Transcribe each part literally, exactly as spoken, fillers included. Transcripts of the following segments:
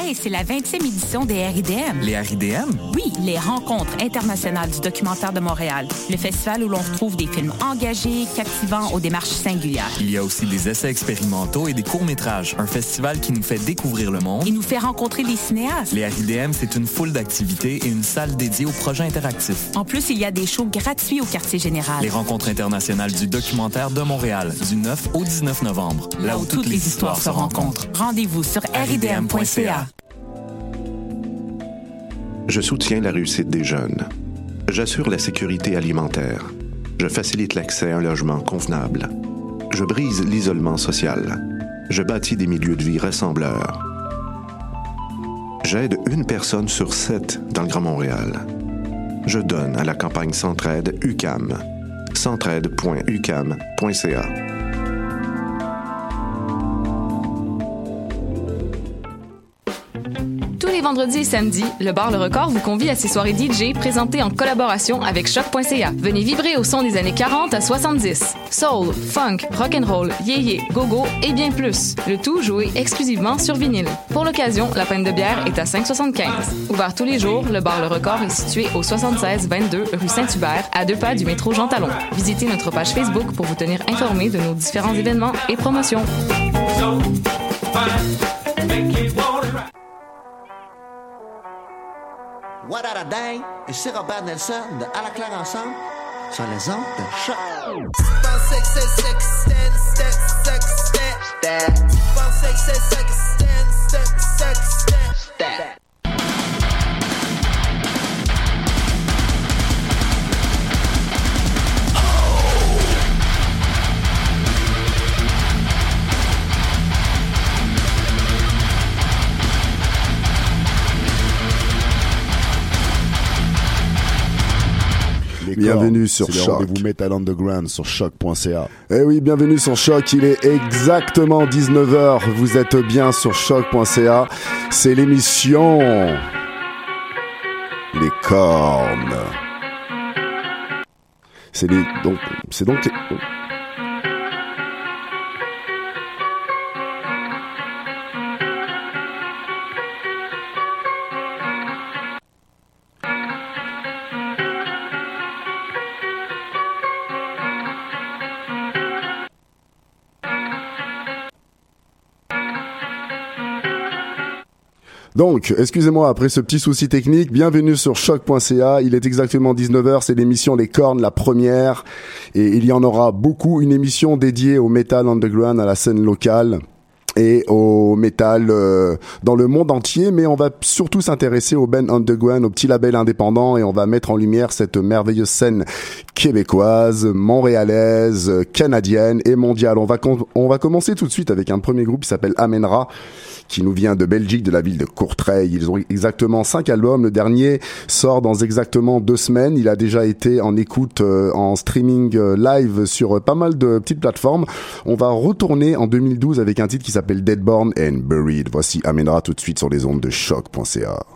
Hey, c'est la vingtième édition des R I D M. Les R I D M? Oui, les Rencontres internationales du documentaire de Montréal. Le festival où l'on retrouve des films engagés, captivants, aux démarches singulières. Il y a aussi des essais expérimentaux et des courts-métrages. Un festival qui nous fait découvrir le monde et nous fait rencontrer des cinéastes. Les R I D M, c'est une foule d'activités et une salle dédiée aux projets interactifs. En plus, il y a des shows gratuits au quartier général. Les Rencontres internationales du documentaire de Montréal, du neuf au dix-neuf novembre. Là, là où, où toutes, toutes les histoires, histoires se rencontrent. Rendez-vous sur r i d m point c a. Je soutiens la réussite des jeunes. J'assure la sécurité alimentaire. Je facilite l'accès à un logement convenable. Je brise l'isolement social. Je bâtis des milieux de vie rassembleurs. J'aide une personne sur sept dans le Grand Montréal. Je donne à la campagne Centraide U Q A M. centraide point u q a m point c a. Vendredi et samedi, le bar Le Record vous convie à ses soirées D J présentées en collaboration avec choc point c a. Venez vibrer au son des années quarante à soixante-dix. Soul, funk, rock'n'roll, yéyé, go-go et bien plus. Le tout joué exclusivement sur vinyle. Pour l'occasion, la pinte de bière est à cinq soixante-quinze. Ouvert tous les jours, le bar Le Record est situé au soixante-seize vingt-deux rue Saint-Hubert, à deux pas du métro Jean Talon. Visitez notre page Facebook pour vous tenir informé de nos différents événements et promotions. So fine, make it water. What a Day, ici Robert Nelson de À la claire ensemble sur les ondes de choc. Bienvenue sur Choc. Rendez-vous Metal Underground sur choc point c a. Eh oui, bienvenue sur Choc. Il est exactement dix-neuf heures. Vous êtes bien sur choc point c a. C'est l'émission Les Cornes. C'est les donc c'est donc les... Donc, excusez-moi, après ce petit souci technique, bienvenue sur choc point c a. Il est exactement dix-neuf heures, c'est l'émission Les Cornes, la première. Et il y en aura beaucoup, une émission dédiée au metal underground, à la scène locale et au métal euh, dans le monde entier, mais on va surtout s'intéresser au band underground, au petit label indépendant, et on va mettre en lumière cette merveilleuse scène québécoise, montréalaise, canadienne et mondiale. On va com- on va commencer tout de suite avec un premier groupe qui s'appelle Amenra, qui nous vient de Belgique, de la ville de Courtrai. Ils ont exactement cinq albums. Le dernier sort dans exactement deux semaines. Il a déjà été en écoute, euh, en streaming euh, live sur euh, pas mal de petites plateformes. On va retourner en deux mille douze avec un titre qui s'appelle Deadborn and Buried. Voici Amenra tout de suite sur les ondes de choc point c a.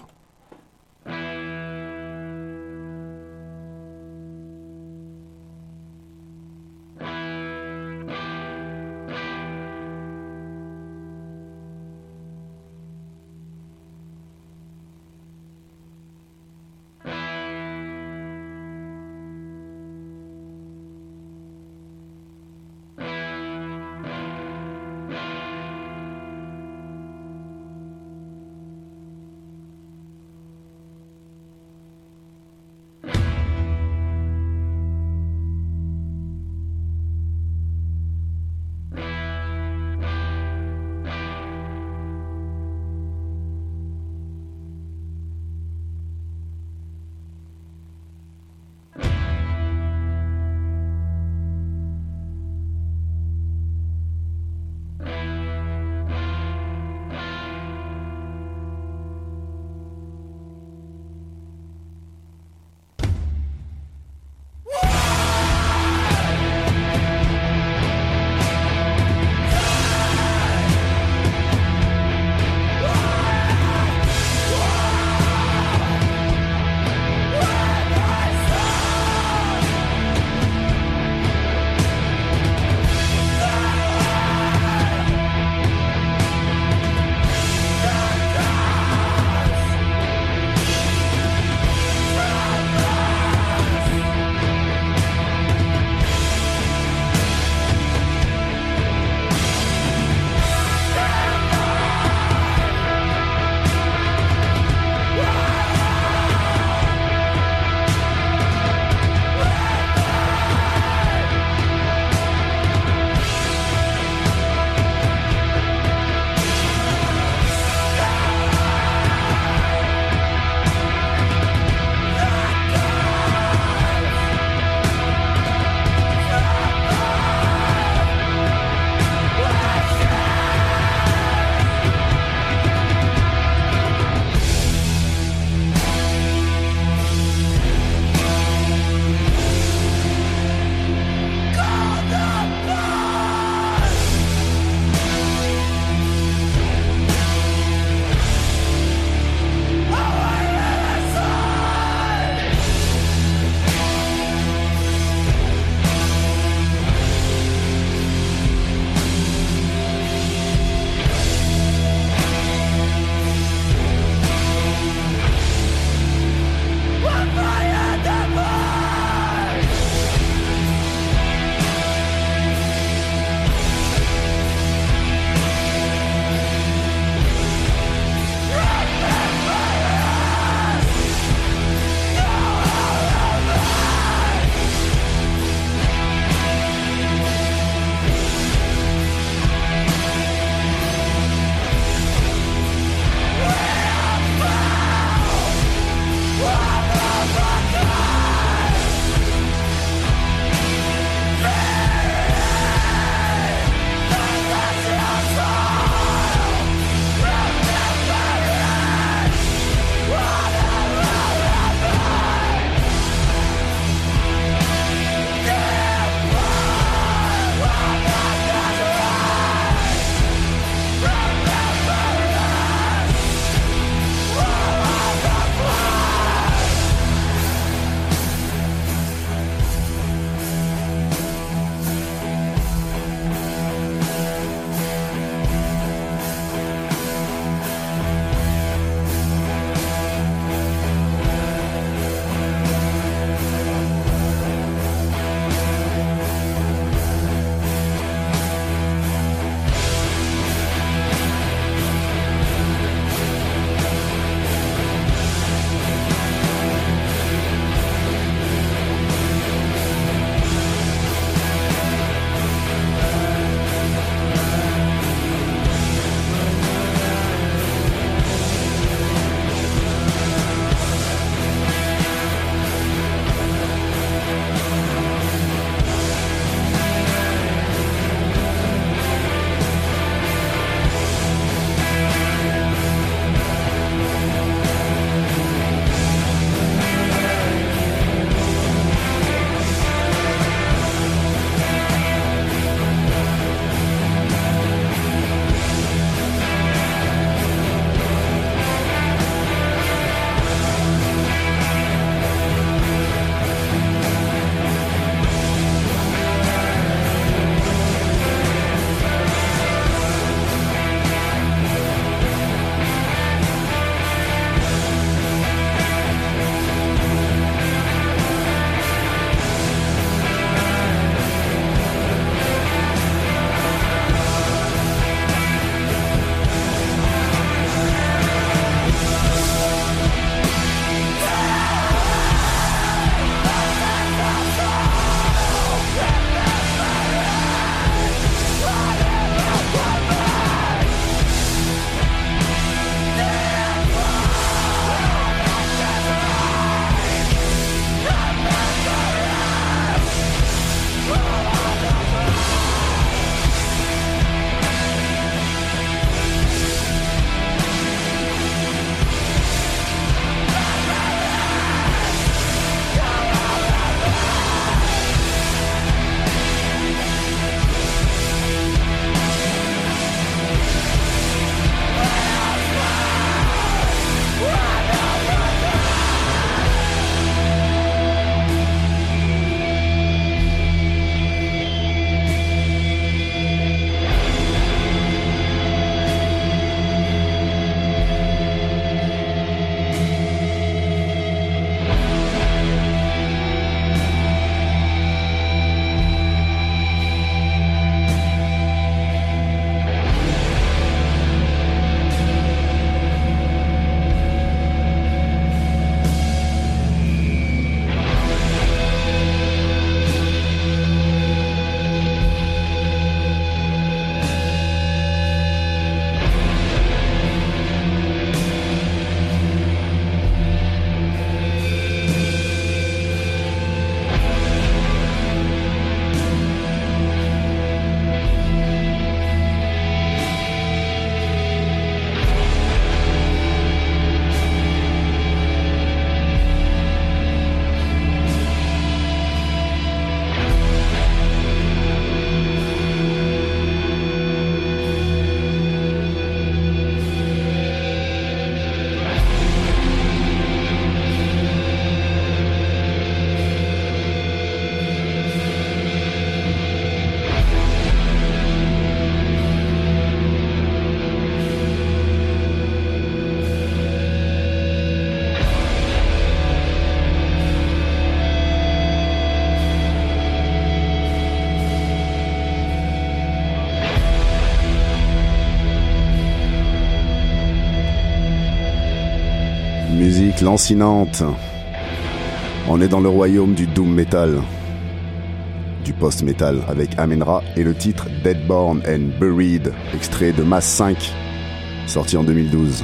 Musique lancinante. On est dans le royaume du doom metal, du post-metal avec Amen-Ra et le titre Deadborn and Buried, extrait de Mass cinq, sorti en deux mille douze.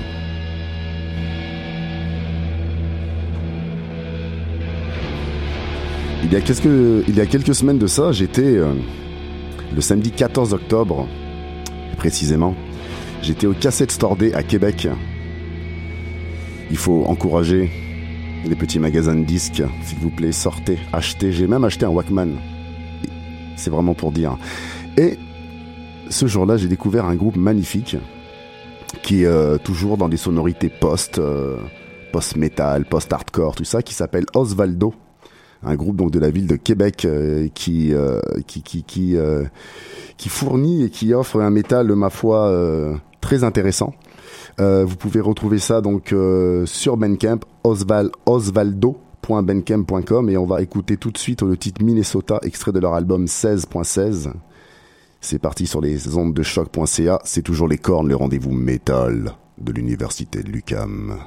Il y a quelques, il y a quelques semaines de ça, j'étais euh, le samedi quatorze octobre, précisément, j'étais au Cassette Store Day à Québec. Il faut encourager les petits magasins de disques, s'il vous plaît, sortez, achetez. J'ai même acheté un Walkman. C'est vraiment pour dire. Et ce jour-là, j'ai découvert un groupe magnifique qui est euh, toujours dans des sonorités post, euh, post-metal, post-hardcore, tout ça, qui s'appelle Osvaldo. Un groupe donc de la ville de Québec euh, qui, euh, qui qui qui euh, qui fournit et qui offre un métal, ma foi, euh, très intéressant. Euh, vous pouvez retrouver ça donc euh, sur Bandcamp, Osval, osvaldo point bandcamp point com, et on va écouter tout de suite le titre Minnesota, extrait de leur album seize point seize. C'est parti sur les ondes de choc point c a. C'est toujours les cornes, le rendez-vous métal de l'université de l'U Q A M.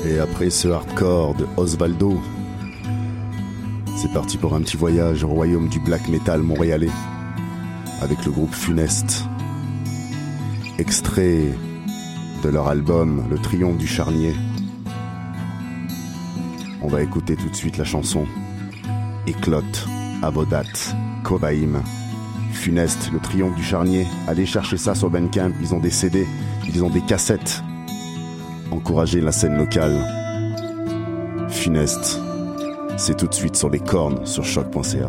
Et après ce hardcore de Osvaldo, c'est parti pour un petit voyage au royaume du black metal montréalais avec le groupe Funeste. Extrait de leur album Le Triomphe du Charnier. On va écouter tout de suite la chanson Éclote, Abodat, Kovaïm. Funeste, Le Triomphe du Charnier. Allez chercher ça sur Bandcamp, ils ont des C D, ils ont des cassettes. Encouragez la scène locale. Funeste, c'est tout de suite sur les cornes sur choc point c a.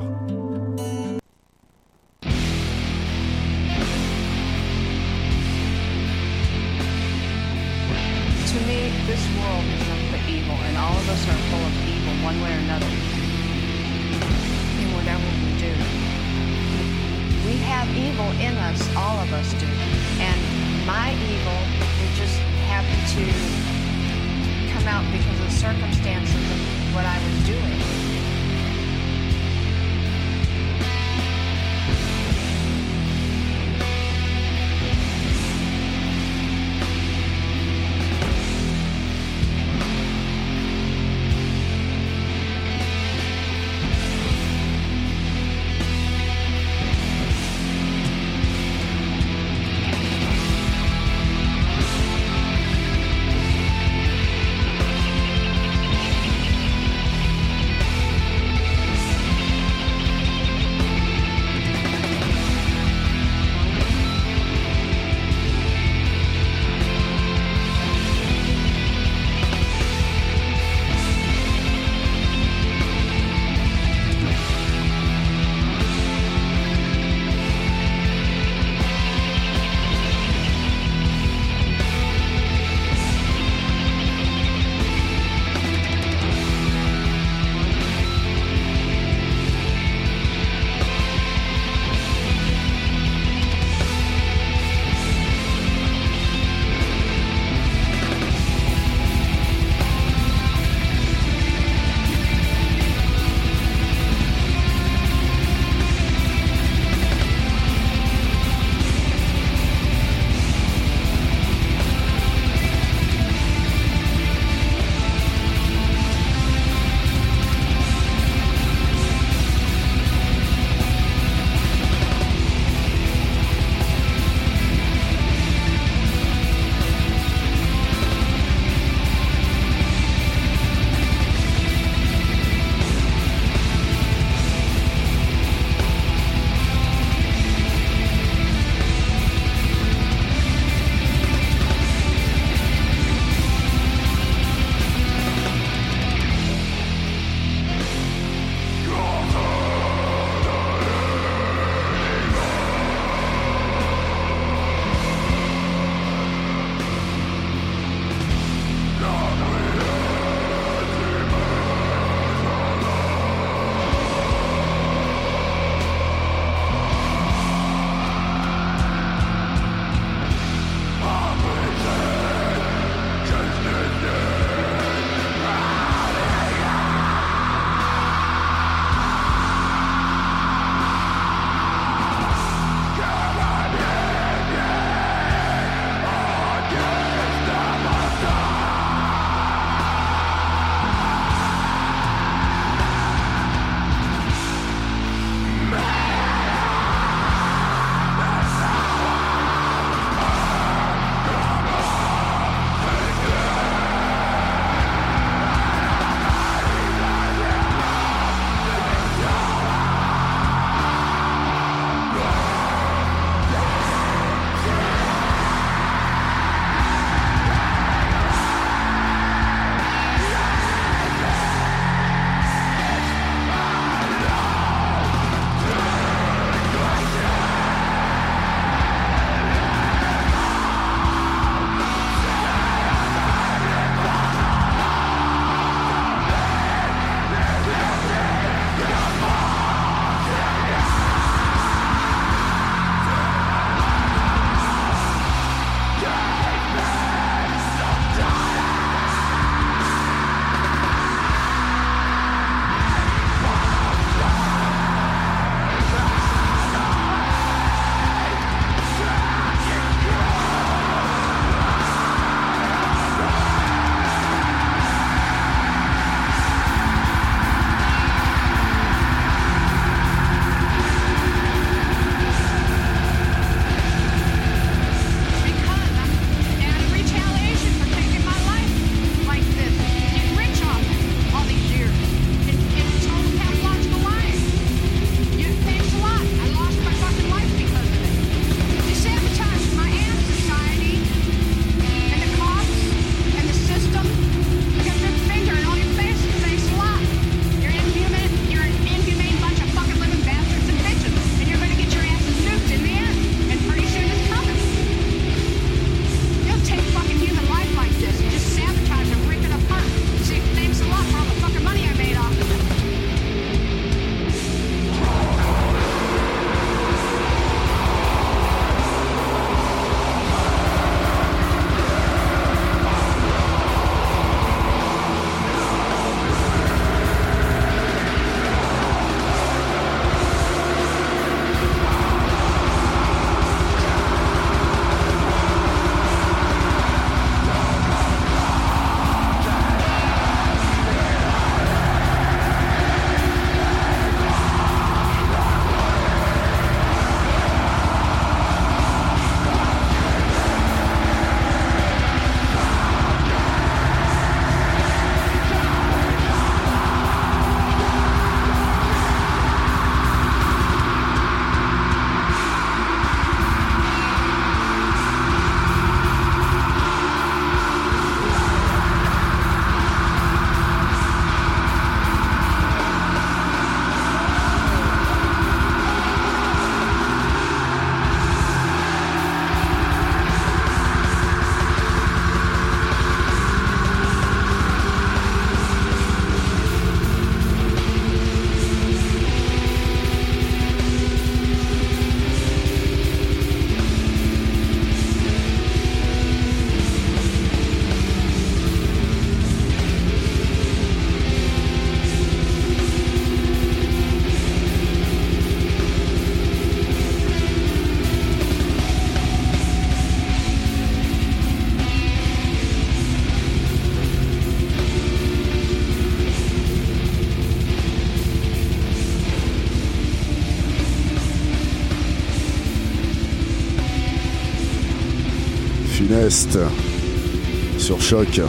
Funeste sur Choc.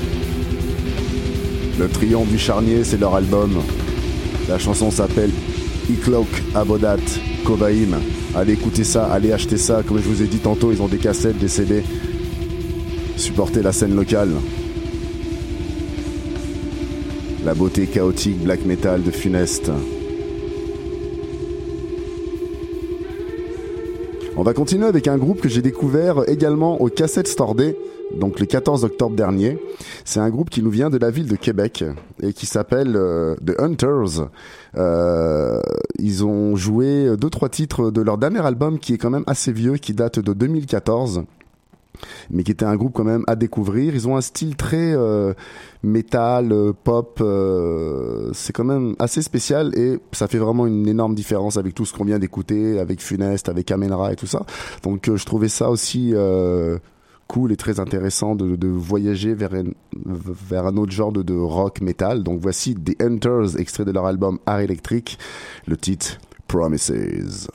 Le Triomphe du Charnier, c'est leur album. La chanson s'appelle Iklok Abodat Kovaim. Allez écouter ça, allez acheter ça. Comme je vous ai dit tantôt, ils ont des cassettes, des C D. Supportez la scène locale. La beauté chaotique black metal de Funeste. On va continuer avec un groupe que j'ai découvert également au Cassette Store Day, donc le quatorze octobre dernier. C'est un groupe qui nous vient de la ville de Québec et qui s'appelle euh, The Hunters. Euh, ils ont joué deux trois titres de leur dernier album qui est quand même assez vieux, qui date de deux mille quatorze. Mais qui était un groupe quand même à découvrir. Ils ont un style très euh, métal, euh, pop, euh, c'est quand même assez spécial et ça fait vraiment une énorme différence avec tout ce qu'on vient d'écouter, avec Funeste, avec Amenra et tout ça. Donc euh, je trouvais ça aussi euh, cool et très intéressant de, de voyager vers un, vers un autre genre de, de rock metal. Donc voici The Hunters, extrait de leur album Art Electric, le titre Promises.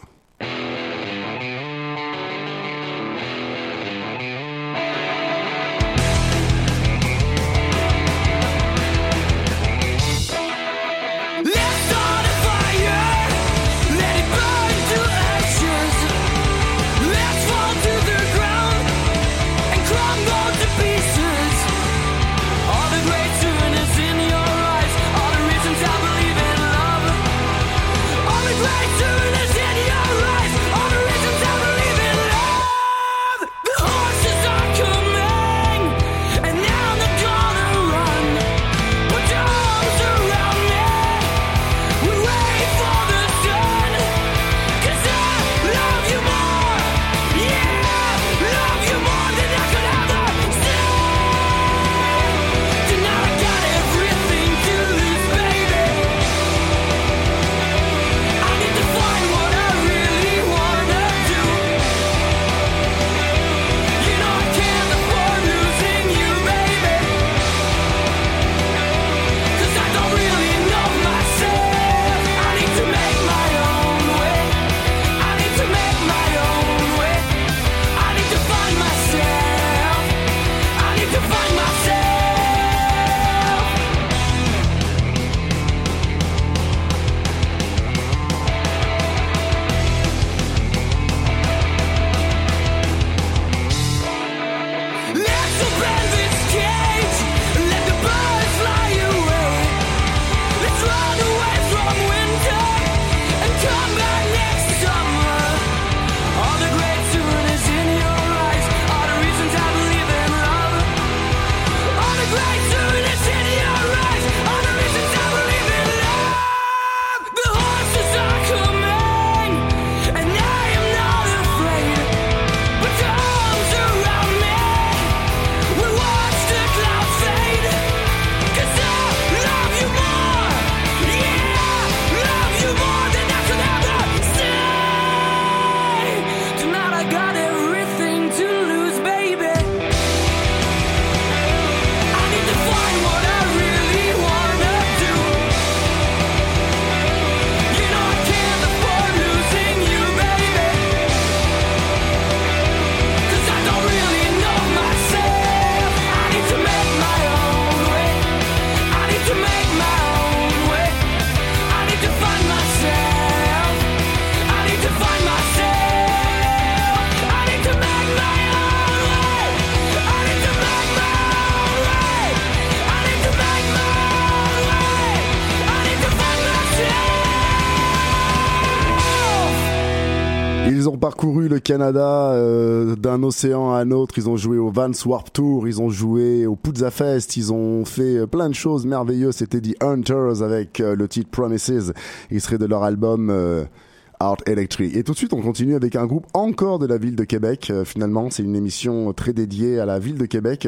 Ils ont parcouru le Canada euh, d'un océan à un autre. Ils ont joué au Vans Warped Tour, ils ont joué au Puzza Fest, ils ont fait plein de choses merveilleuses. C'était The Hunters avec euh, le titre Promises. Il serait de leur album euh, Art Electric. Et tout de suite, on continue avec un groupe encore de la ville de Québec. Euh, finalement, c'est une émission très dédiée à la ville de Québec,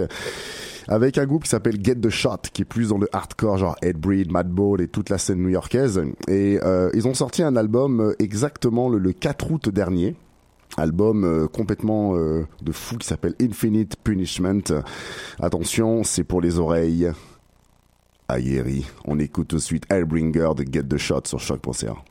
avec un groupe qui s'appelle Get the Shot, qui est plus dans le hardcore, genre Hatebreed, Madball et toute la scène new-yorkaise. Et euh, ils ont sorti un album exactement le, le quatre août dernier. Album euh, complètement euh, de fou qui s'appelle Infinite Punishment. Attention, c'est pour les oreilles aguerries. On écoute tout de suite Hellbringer de Get the Shot sur choc point c a.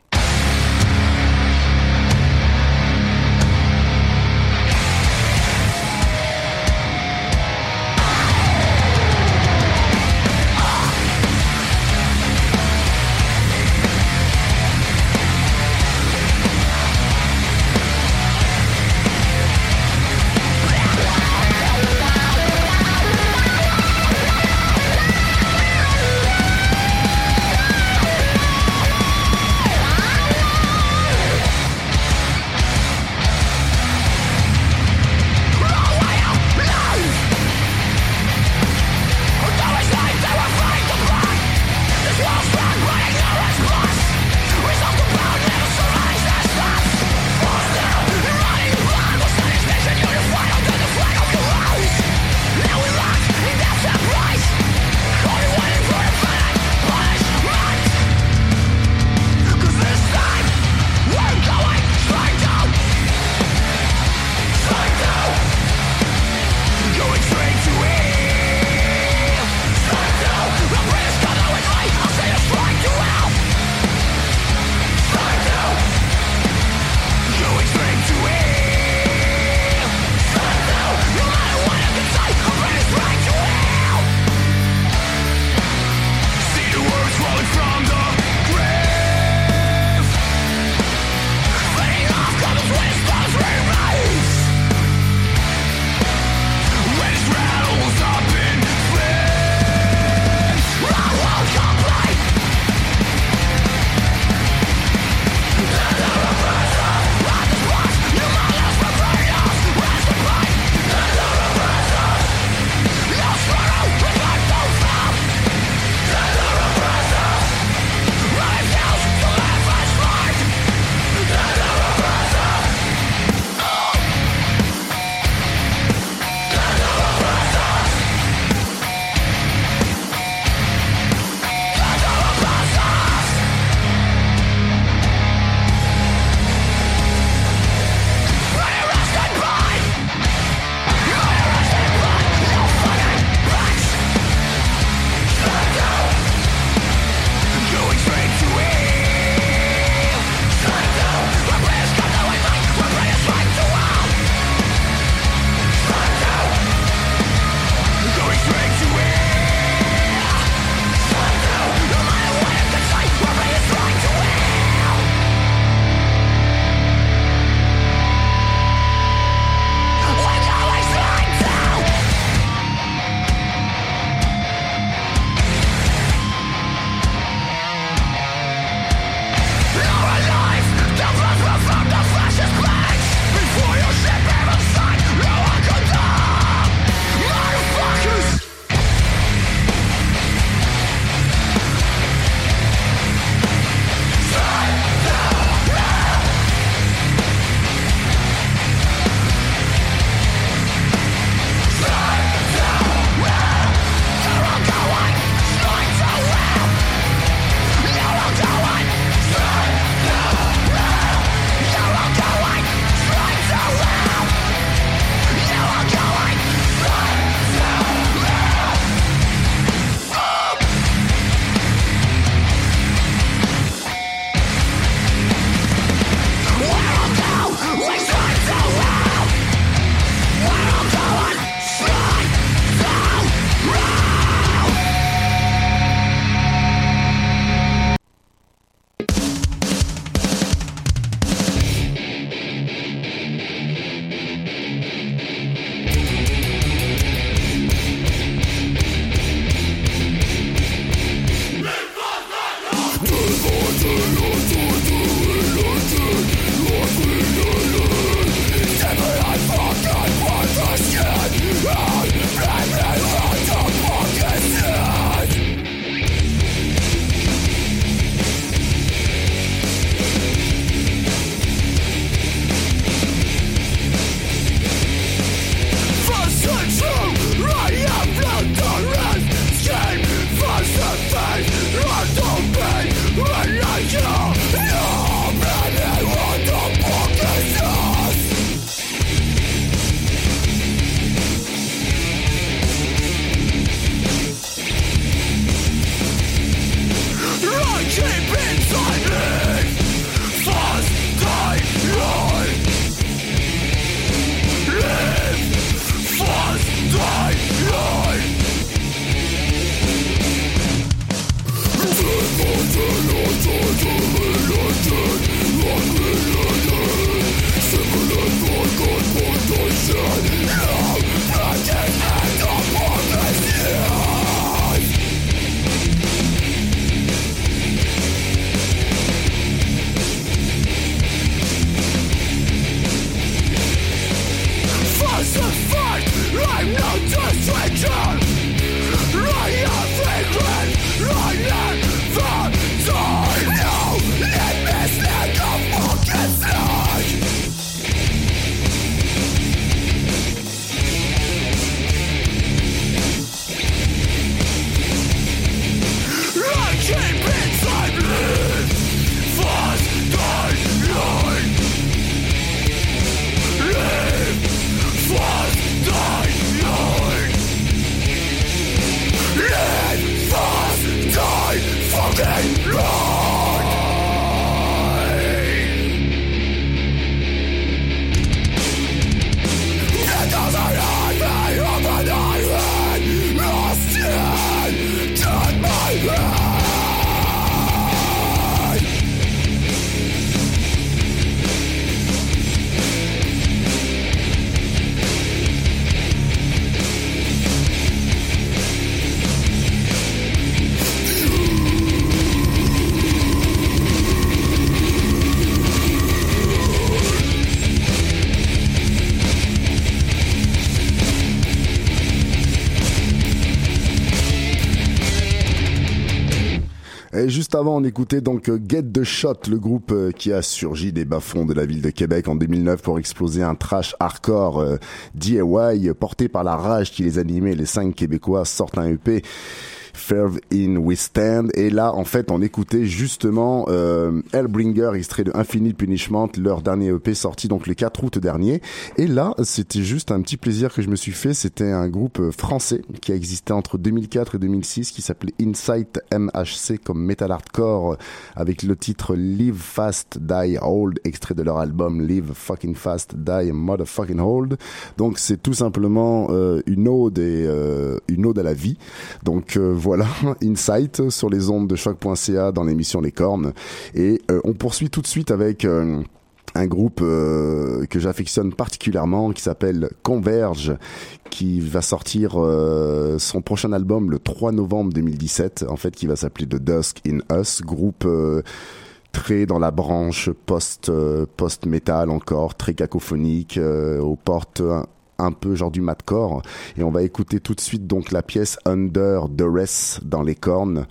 Et juste avant, on écoutait donc Get the Shot, le groupe qui a surgi des bas-fonds de la ville de Québec en deux mille neuf pour exploser un trash hardcore euh, D I Y porté par la rage qui les animait. Les cinq Québécois sortent un E P. Ferve in We Stand, et là en fait on écoutait justement euh, Hellbringer, extrait de Infinite Punishment, leur dernier E P sorti donc le quatre août dernier. Et là c'était juste un petit plaisir que je me suis fait. C'était un groupe français qui a existé entre deux mille quatre et deux mille six qui s'appelait Insight M H C comme metal hardcore, avec le titre Live Fast Die Old, extrait de leur album Live Fucking Fast Die Motherfucking Old. Donc c'est tout simplement euh, une ode et euh, une ode à la vie. Donc euh, voilà, Insight sur les ondes de choc point c a dans l'émission Les Cornes. Et euh, on poursuit tout de suite avec euh, un groupe euh, que j'affectionne particulièrement qui s'appelle Converge, qui va sortir euh, son prochain album le trois novembre deux mille dix-sept, en fait, qui va s'appeler The Dusk in Us, groupe euh, très dans la branche post euh, post métal encore, très cacophonique, euh, aux portes un, un peu genre du madcore. Et on va écouter tout de suite donc la pièce Under Duress dans Les Cornes.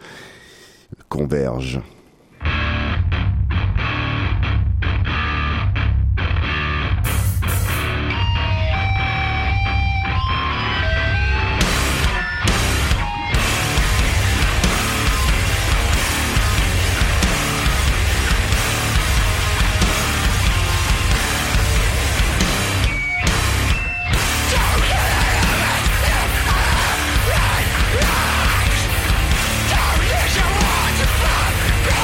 Converge. Don't use your words to fuck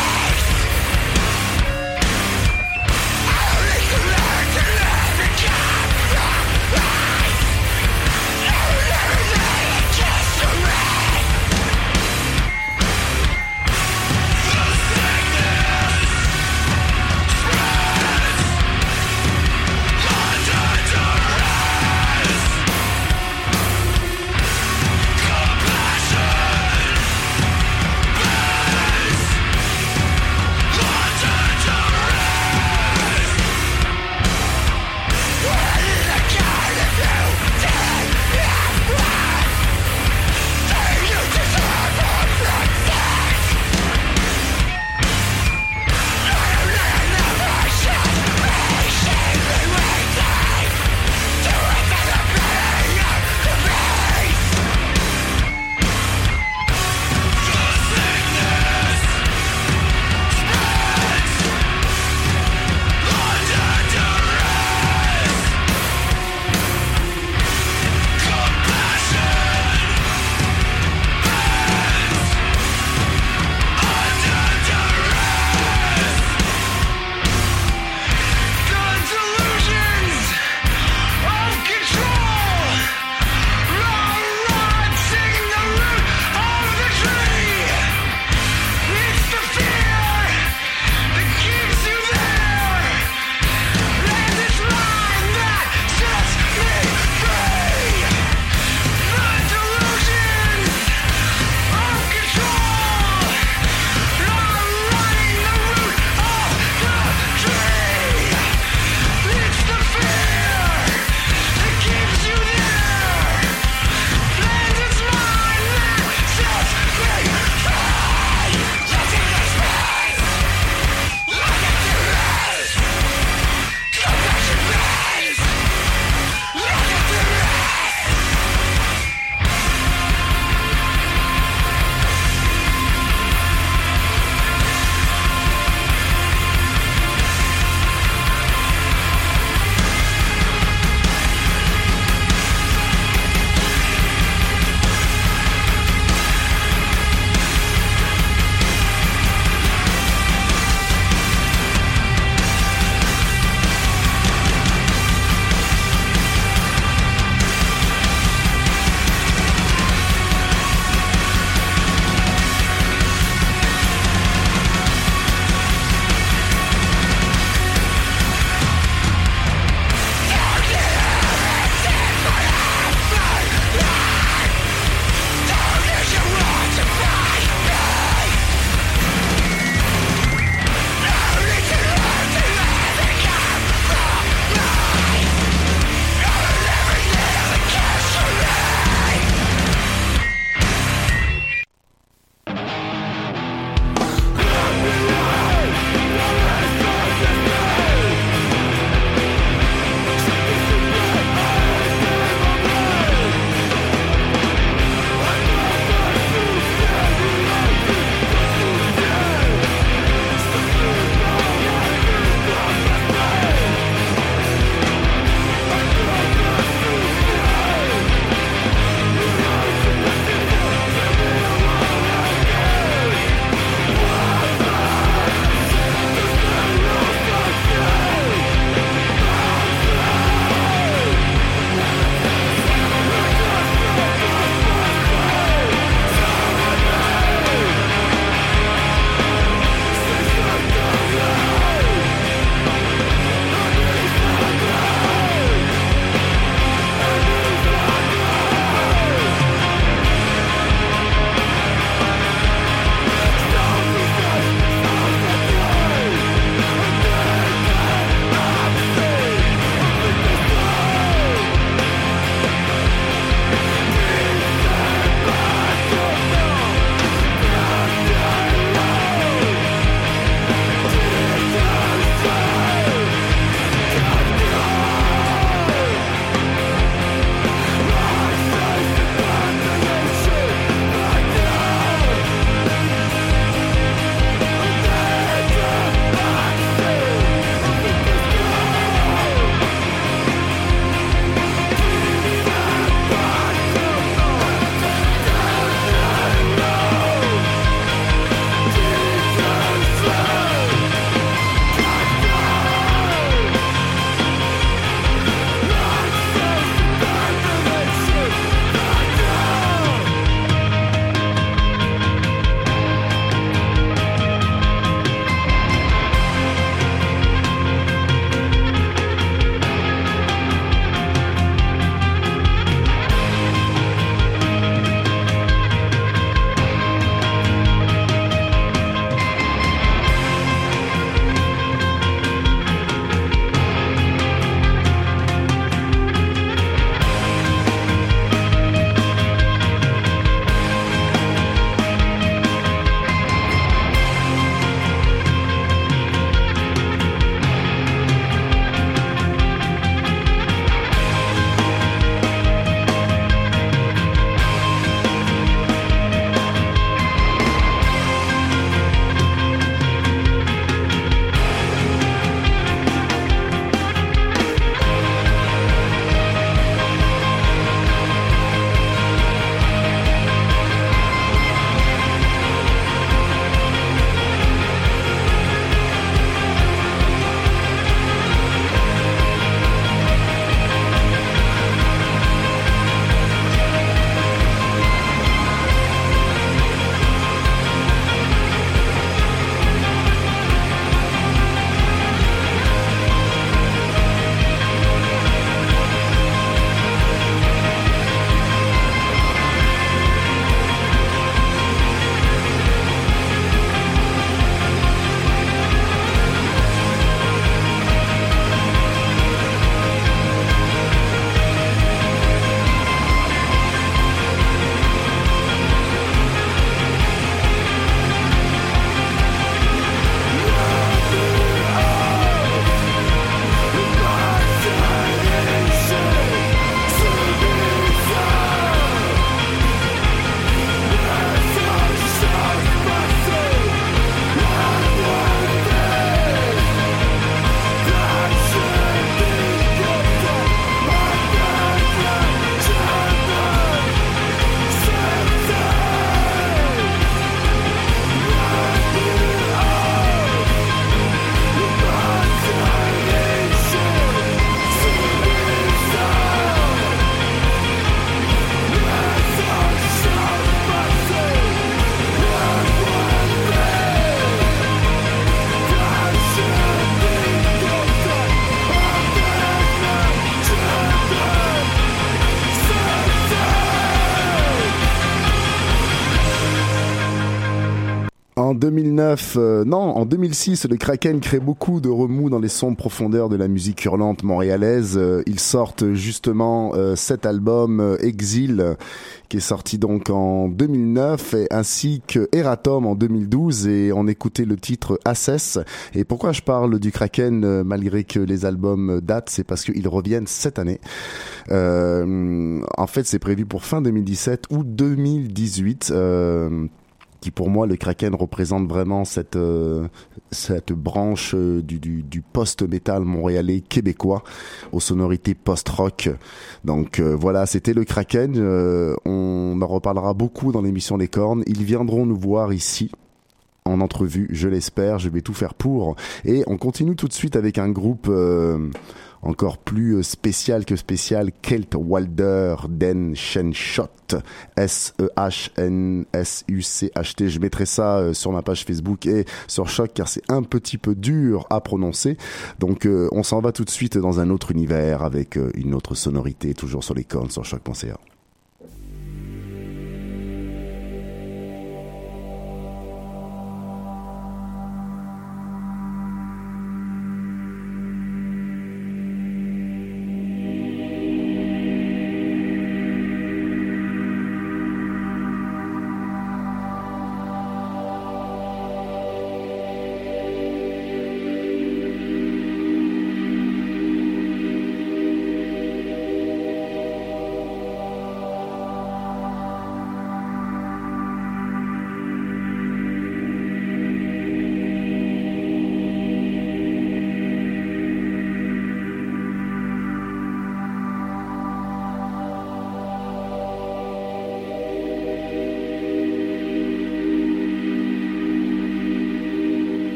En deux mille neuf, euh, non, en deux mille six, le Kraken crée beaucoup de remous dans les sombres profondeurs de la musique hurlante montréalaise. Euh, ils sortent justement euh, cet album euh, Exil, euh, qui est sorti donc en deux mille neuf, et, ainsi que Eratom en deux mille douze, et on écoutait le titre Assess. Et pourquoi je parle du Kraken euh, malgré que les albums datent, c'est parce qu'ils reviennent cette année. Euh, en fait, c'est prévu pour fin deux mille dix-sept ou deux mille dix-huit. Euh, qui pour moi, le Kraken représente vraiment cette euh, cette branche euh, du, du, du post-metal montréalais québécois aux sonorités post-rock. Donc euh, voilà, c'était le Kraken. Euh, on en reparlera beaucoup dans l'émission Les Cornes. Ils viendront nous voir ici en entrevue, je l'espère. Je vais tout faire pour. Et on continue tout de suite avec un groupe euh, encore plus spécial que spécial, Kelt Walder Den Shenshot, S E H N S U C H T. Je mettrai ça euh, sur ma page Facebook et sur Choc, car c'est un petit peu dur à prononcer. Donc euh, on s'en va tout de suite dans un autre univers avec euh, une autre sonorité, toujours sur les cornes, sur choc point c a.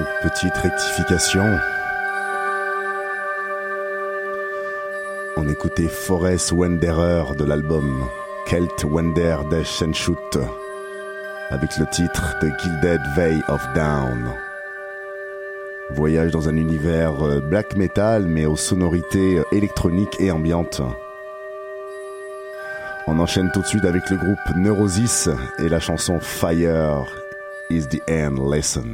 Donc, petite rectification. On écoutait Forest Wanderer de l'album Celt Wander des Shenshut avec le titre The Gilded Veil of Down. Voyage dans un univers black metal mais aux sonorités électroniques et ambiantes. On enchaîne tout de suite avec le groupe Neurosis et la chanson Fire is the End Lesson.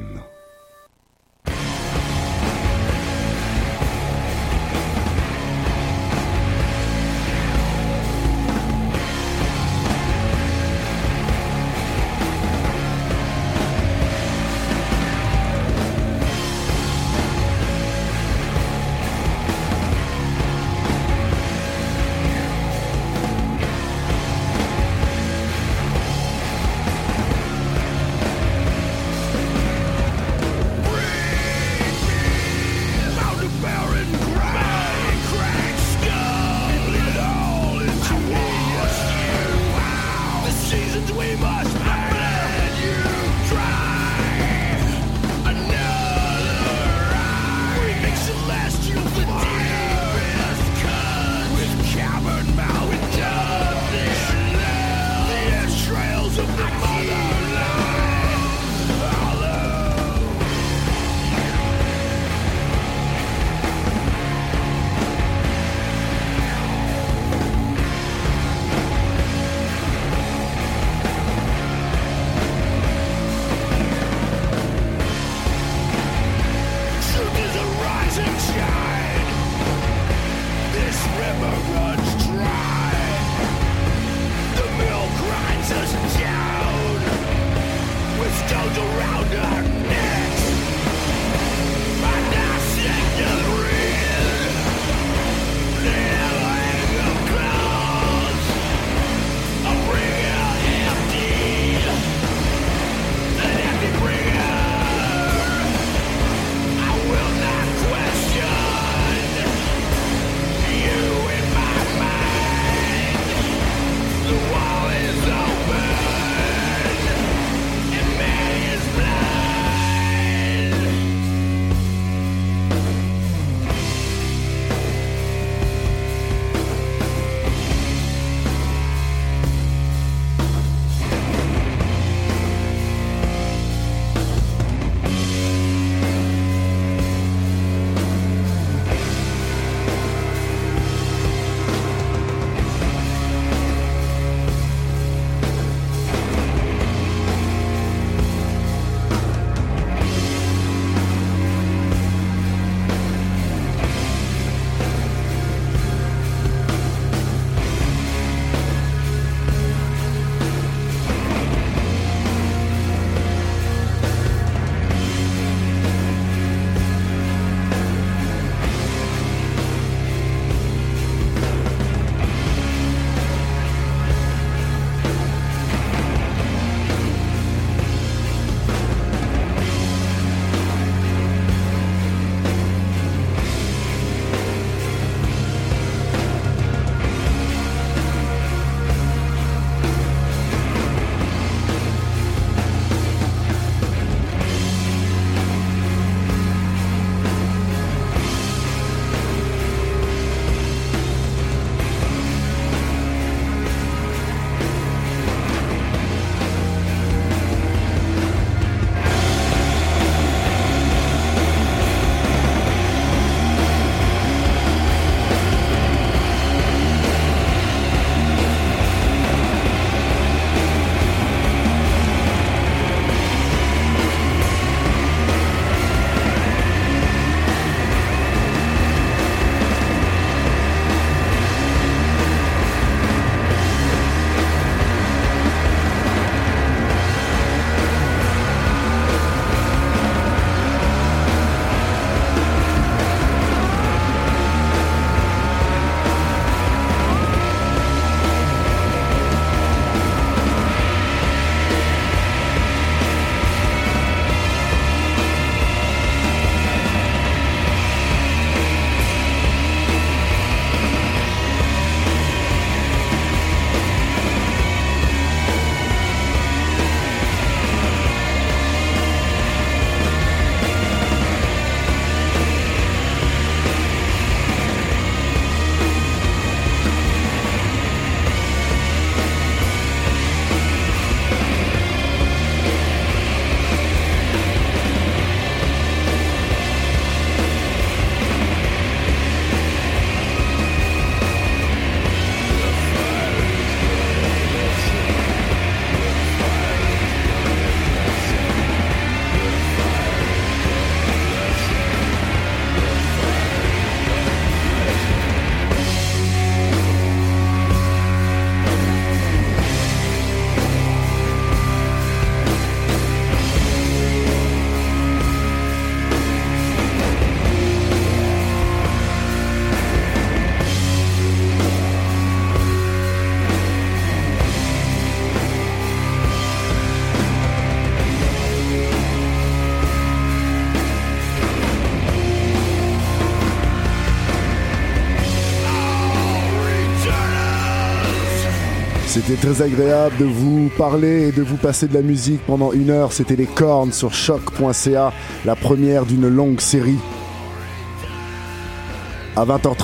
C'était très agréable de vous parler et de vous passer de la musique pendant une heure. C'était les Cornes sur choc point c a, la première d'une longue série. À vingt heures trente,